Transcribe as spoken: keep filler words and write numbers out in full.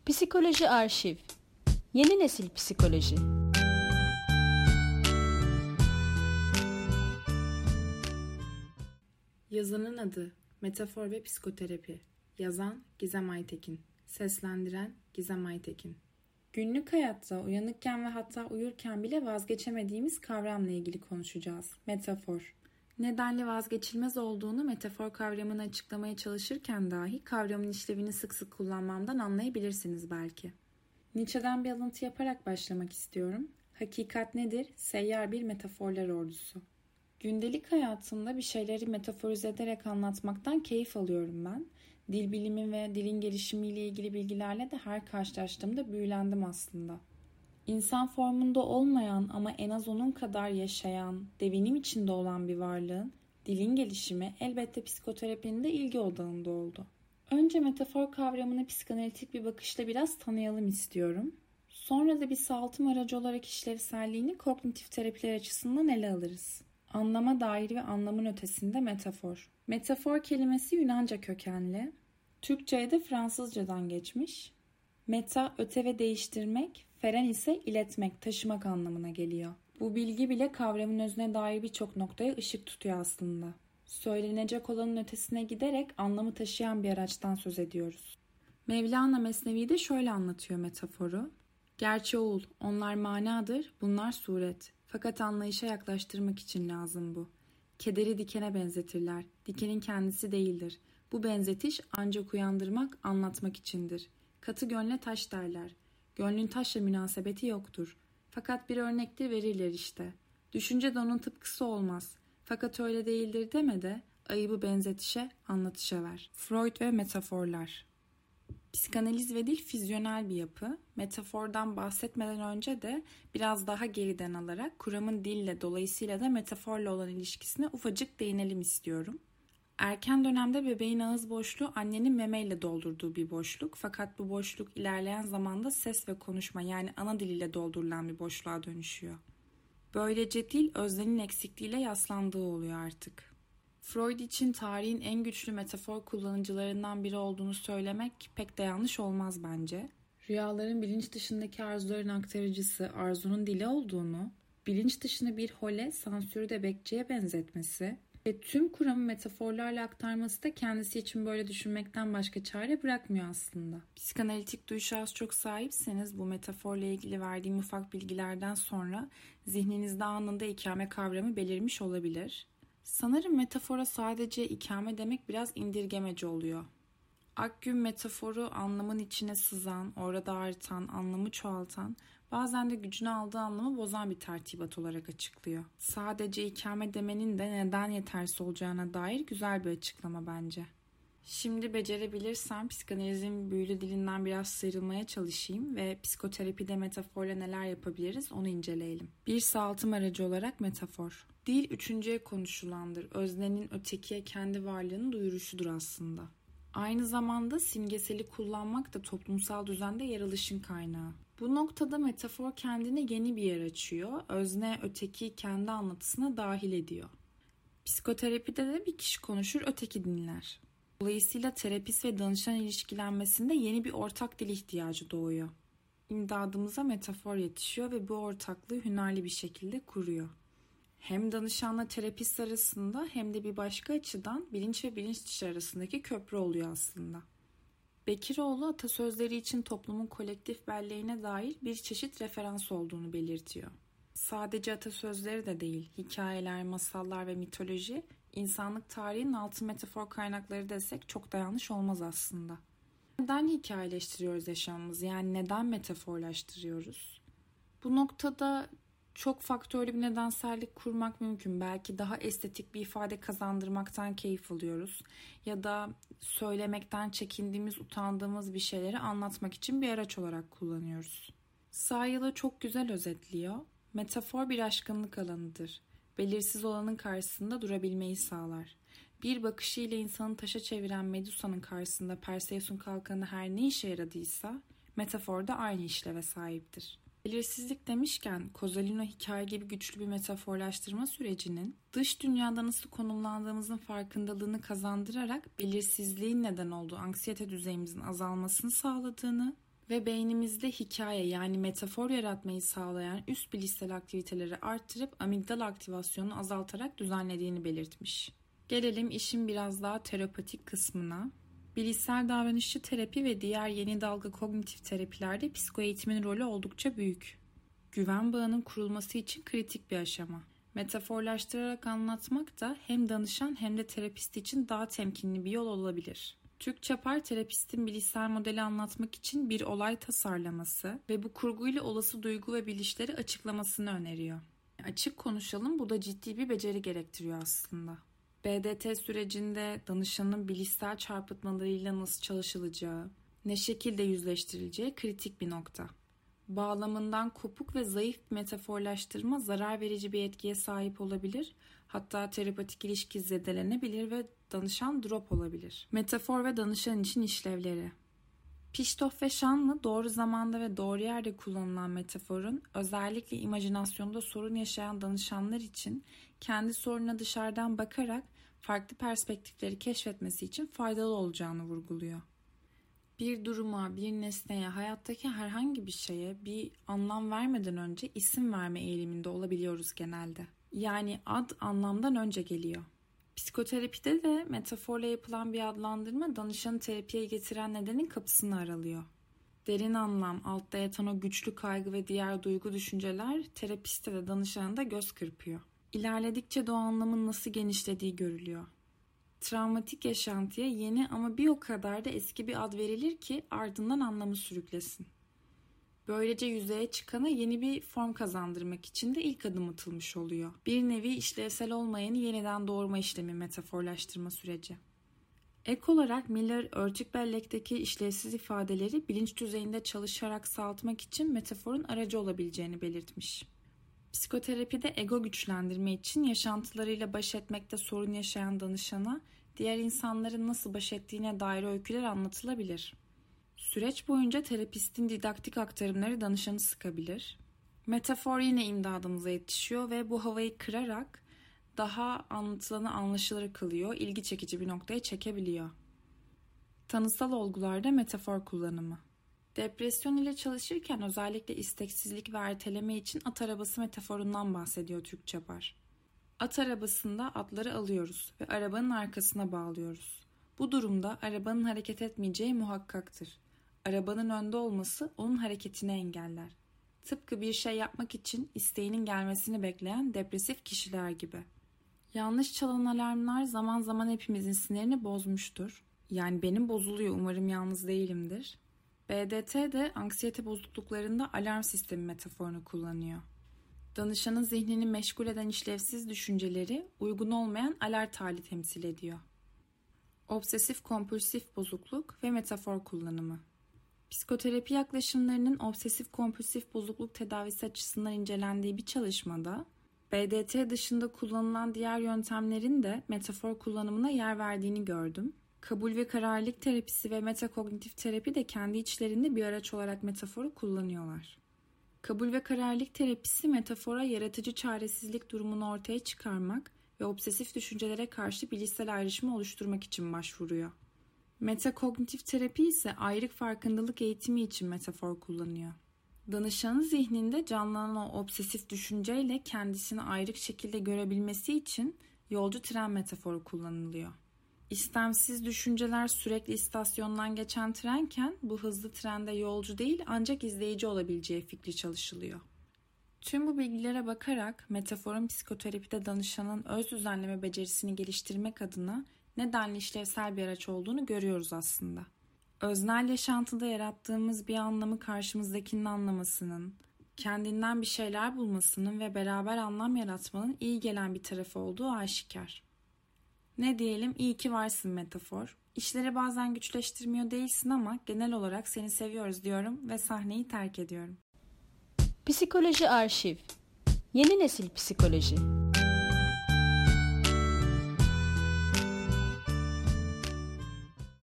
Psikoloji Arşiv. Yeni nesil psikoloji. Yazanın adı Metafor ve Psikoterapi. Yazan Gizem Aytekin. Seslendiren Gizem Aytekin. Günlük hayatta uyanıkken ve hatta uyurken bile vazgeçemediğimiz kavramla ilgili konuşacağız. Metafor. Nedenli vazgeçilmez olduğunu metafor kavramını açıklamaya çalışırken dahi kavramın işlevini sık sık kullanmamdan anlayabilirsiniz belki. Nietzsche'den bir alıntı yaparak başlamak istiyorum. Hakikat nedir? Seyyar bir metaforlar ordusu. Gündelik hayatımda bir şeyleri metaforize ederek anlatmaktan keyif alıyorum ben. Dil bilimi ve dilin gelişimiyle ilgili bilgilerle de her karşılaştığımda büyülendim aslında. İnsan formunda olmayan ama en az onun kadar yaşayan, devinim içinde olan bir varlığın dilin gelişimi elbette psikoterapinin de ilgi odağında oldu. Önce metafor kavramını psikanalitik bir bakışla biraz tanıyalım istiyorum. Sonra da bir sağaltım aracı olarak işlevselliğini kognitif terapiler açısından ele alırız. Anlama dair ve anlamın ötesinde metafor. Metafor kelimesi Yunanca kökenli. Türkçe'ye de Fransızcadan geçmiş. Meta, öte ve değiştirmek, feren ise iletmek, taşımak anlamına geliyor. Bu bilgi bile kavramın özüne dair birçok noktaya ışık tutuyor aslında. Söylenecek olanın ötesine giderek anlamı taşıyan bir araçtan söz ediyoruz. Mevlana Mesnevi'de şöyle anlatıyor metaforu. Gerçi oğul, onlar manadır, bunlar suret. Fakat anlayışa yaklaştırmak için lazım bu. Kederi dikene benzetirler. Dikenin kendisi değildir. Bu benzetiş ancak uyandırmak, anlatmak içindir. Katı gönle taş derler. Gönlün taşla münasebeti yoktur. Fakat bir örnektir verirler işte. Düşünce de onun tıpkısı olmaz. Fakat öyle değildir deme de ayıbı benzetişe, anlatışa ver. Freud ve metaforlar. Psikanaliz ve dil füzyonel bir yapı. Metafordan bahsetmeden önce de biraz daha geriden alarak kuramın dille dolayısıyla da metaforla olan ilişkisine ufacık değinelim istiyorum. Erken dönemde bebeğin ağız boşluğu annenin memeyle doldurduğu bir boşluk. Fakat bu boşluk ilerleyen zamanda ses ve konuşma yani ana diliyle doldurulan bir boşluğa dönüşüyor. Böylece dil öznenin eksikliğiyle yaslandığı oluyor artık. Freud için tarihin en güçlü metafor kullanıcılarından biri olduğunu söylemek pek de yanlış olmaz bence. Rüyaların bilinç dışındaki arzuların aktarıcısı arzunun dili olduğunu, bilinç dışını bir hole, sansürü de bekçiye benzetmesi ve tüm kuramı metaforlarla aktarması da kendisi için böyle düşünmekten başka çare bırakmıyor aslında. Psikanalitik duyuşa az çok sahipseniz bu metaforla ilgili verdiğim ufak bilgilerden sonra zihninizde anında ikame kavramı belirmiş olabilir. Sanırım metafora sadece ikame demek biraz indirgemeci oluyor. Akgün metaforu anlamın içine sızan, orada artan, anlamı çoğaltan, bazen de gücünü aldığı anlamı bozan bir tertibat olarak açıklıyor. Sadece ikame demenin de neden yetersiz olacağına dair güzel bir açıklama bence. Şimdi becerebilirsem psikanalizin büyülü dilinden biraz sıyrılmaya çalışayım ve psikoterapide metaforla neler yapabiliriz onu inceleyelim. Bir sağaltım aracı olarak metafor. Dil üçüncüye konuşulandır. Öznenin ötekiye kendi varlığını duyuruşudur aslında. Aynı zamanda simgeseli kullanmak da toplumsal düzende yer alışın kaynağı. Bu noktada metafor kendine yeni bir yer açıyor. Özne ötekiyi kendi anlatısına dahil ediyor. Psikoterapide de bir kişi konuşur, öteki dinler. Dolayısıyla terapist ve danışan ilişkilenmesinde yeni bir ortak dil ihtiyacı doğuyor. İmdadımıza metafor yetişiyor ve bu ortaklığı hünerli bir şekilde kuruyor. Hem danışanla terapist arasında hem de bir başka açıdan bilinç ve bilinç dışı arasındaki köprü oluyor aslında. Bekiroğlu atasözleri için toplumun kolektif belleğine dair bir çeşit referans olduğunu belirtiyor. Sadece atasözleri de değil, hikayeler, masallar ve mitoloji, insanlık tarihinin altın metafor kaynakları desek çok da yanlış olmaz aslında. Neden hikayeleştiriyoruz yaşamımızı? Yani neden metaforlaştırıyoruz? Bu noktada çok faktörlü bir nedensellik kurmak mümkün. Belki daha estetik bir ifade kazandırmaktan keyif alıyoruz. Ya da söylemekten çekindiğimiz, utandığımız bir şeyleri anlatmak için bir araç olarak kullanıyoruz. Sayılı çok güzel özetliyor. Metafor bir aşkınlık alanıdır. Belirsiz olanın karşısında durabilmeyi sağlar. Bir bakışıyla insanı taşa çeviren Medusa'nın karşısında Perseus'un kalkanı her ne işe yaradıysa metafor da aynı işleve sahiptir. Belirsizlik demişken Kozolino hikaye gibi güçlü bir metaforlaştırma sürecinin dış dünyada nasıl konumlandığımızın farkındalığını kazandırarak belirsizliğin neden olduğu anksiyete düzeyimizin azalmasını sağladığını ve beynimizde hikaye yani metafor yaratmayı sağlayan üst bilişsel aktiviteleri arttırıp amigdala aktivasyonunu azaltarak düzenlediğini belirtmiş. Gelelim işin biraz daha terapatik kısmına. Bilişsel davranışçı terapi ve diğer yeni dalga kognitif terapilerde psikoeğitimin rolü oldukça büyük. Güven bağının kurulması için kritik bir aşama. Metaforlaştırarak anlatmak da hem danışan hem de terapist için daha temkinli bir yol olabilir. Türk Çapar terapistin bilişsel modeli anlatmak için bir olay tasarlaması ve bu kurguyla olası duygu ve bilişleri açıklamasını öneriyor. Açık konuşalım, bu da ciddi bir beceri gerektiriyor aslında. B D T sürecinde danışanın bilişsel çarpıtmalarıyla nasıl çalışılacağı, ne şekilde yüzleştirileceği kritik bir nokta. Bağlamından kopuk ve zayıf bir metaforlaştırma zarar verici bir etkiye sahip olabilir. Hatta terapatik ilişki zedelenebilir ve danışan drop olabilir. Metafor ve danışan için işlevleri. Piştof ve Şanlı doğru zamanda ve doğru yerde kullanılan metaforun özellikle imajinasyonda sorun yaşayan danışanlar için kendi sorununa dışarıdan bakarak farklı perspektifleri keşfetmesi için faydalı olacağını vurguluyor. Bir duruma, bir nesneye, hayattaki herhangi bir şeye bir anlam vermeden önce isim verme eğiliminde olabiliyoruz genelde. Yani ad anlamdan önce geliyor. Psikoterapide de metaforla yapılan bir adlandırma danışanı terapiye getiren nedenin kapısını aralıyor. Derin anlam, altta yatan o güçlü kaygı ve diğer duygu düşünceler terapiste de danışanı da göz kırpıyor. İlerledikçe de o anlamın nasıl genişlediği görülüyor. Travmatik yaşantıya yeni ama bir o kadar da eski bir ad verilir ki ardından anlamı sürüklesin. Böylece yüzeye çıkana yeni bir form kazandırmak için de ilk adım atılmış oluyor. Bir nevi işlevsel olmayanı yeniden doğurma işlemi metaforlaştırma süreci. Ek olarak Miller örtük bellekteki işlevsiz ifadeleri bilinç düzeyinde çalışarak sağaltmak için metaforun aracı olabileceğini belirtmiş. Psikoterapide ego güçlendirme için yaşantılarıyla baş etmekte sorun yaşayan danışana diğer insanların nasıl baş ettiğine dair öyküler anlatılabilir. Süreç boyunca terapistin didaktik aktarımları danışanı sıkabilir. Metafor yine imdadımıza yetişiyor ve bu havayı kırarak daha anlatılanı anlaşılır kılıyor, ilgi çekici bir noktaya çekebiliyor. Tanısal olgularda metafor kullanımı. Depresyon ile çalışırken özellikle isteksizlik ve erteleme için at arabası metaforundan bahsediyor Türk Çapar. At arabasında atları alıyoruz ve arabanın arkasına bağlıyoruz. Bu durumda arabanın hareket etmeyeceği muhakkaktır. Arabanın önde olması onun hareketini engeller. Tıpkı bir şey yapmak için isteğinin gelmesini bekleyen depresif kişiler gibi. Yanlış çalan alarmlar zaman zaman hepimizin sinirini bozmuştur. Yani benim bozuluyor, umarım yalnız değilimdir. B D T de anksiyete bozukluklarında alarm sistemi metaforunu kullanıyor. Danışanın zihnini meşgul eden işlevsiz düşünceleri uygun olmayan alert hali temsil ediyor. Obsesif kompulsif bozukluk ve metafor kullanımı. Psikoterapi yaklaşımlarının obsesif kompulsif bozukluk tedavisi açısından incelendiği bir çalışmada B D T dışında kullanılan diğer yöntemlerin de metafor kullanımına yer verdiğini gördüm. Kabul ve kararlılık terapisi ve metakognitif terapi de kendi içlerinde bir araç olarak metaforu kullanıyorlar. Kabul ve kararlılık terapisi metafora yaratıcı çaresizlik durumunu ortaya çıkarmak ve obsesif düşüncelere karşı bilişsel ayrışma oluşturmak için başvuruyor. Metakognitif terapi ise ayrık farkındalık eğitimi için metafor kullanıyor. Danışanın zihninde canlanan o obsesif düşünceyle kendisini ayrık şekilde görebilmesi için yolcu tren metaforu kullanılıyor. İstemsiz düşünceler sürekli istasyondan geçen trenken bu hızlı trende yolcu değil ancak izleyici olabileceği fikri çalışılıyor. Tüm bu bilgilere bakarak metaforun psikoterapide danışanın öz düzenleme becerisini geliştirmek adına nedenli işlevsel bir araç olduğunu görüyoruz aslında. Öznel yaşantıda yarattığımız bir anlamı karşımızdakinin anlamasının, kendinden bir şeyler bulmasının ve beraber anlam yaratmanın iyi gelen bir tarafı olduğu aşikar. Ne diyelim, iyi ki varsın metafor. İşleri bazen güçleştirmiyor değilsin ama genel olarak seni seviyoruz diyorum ve sahneyi terk ediyorum. Psikoloji Arşiv. Yeni nesil psikoloji.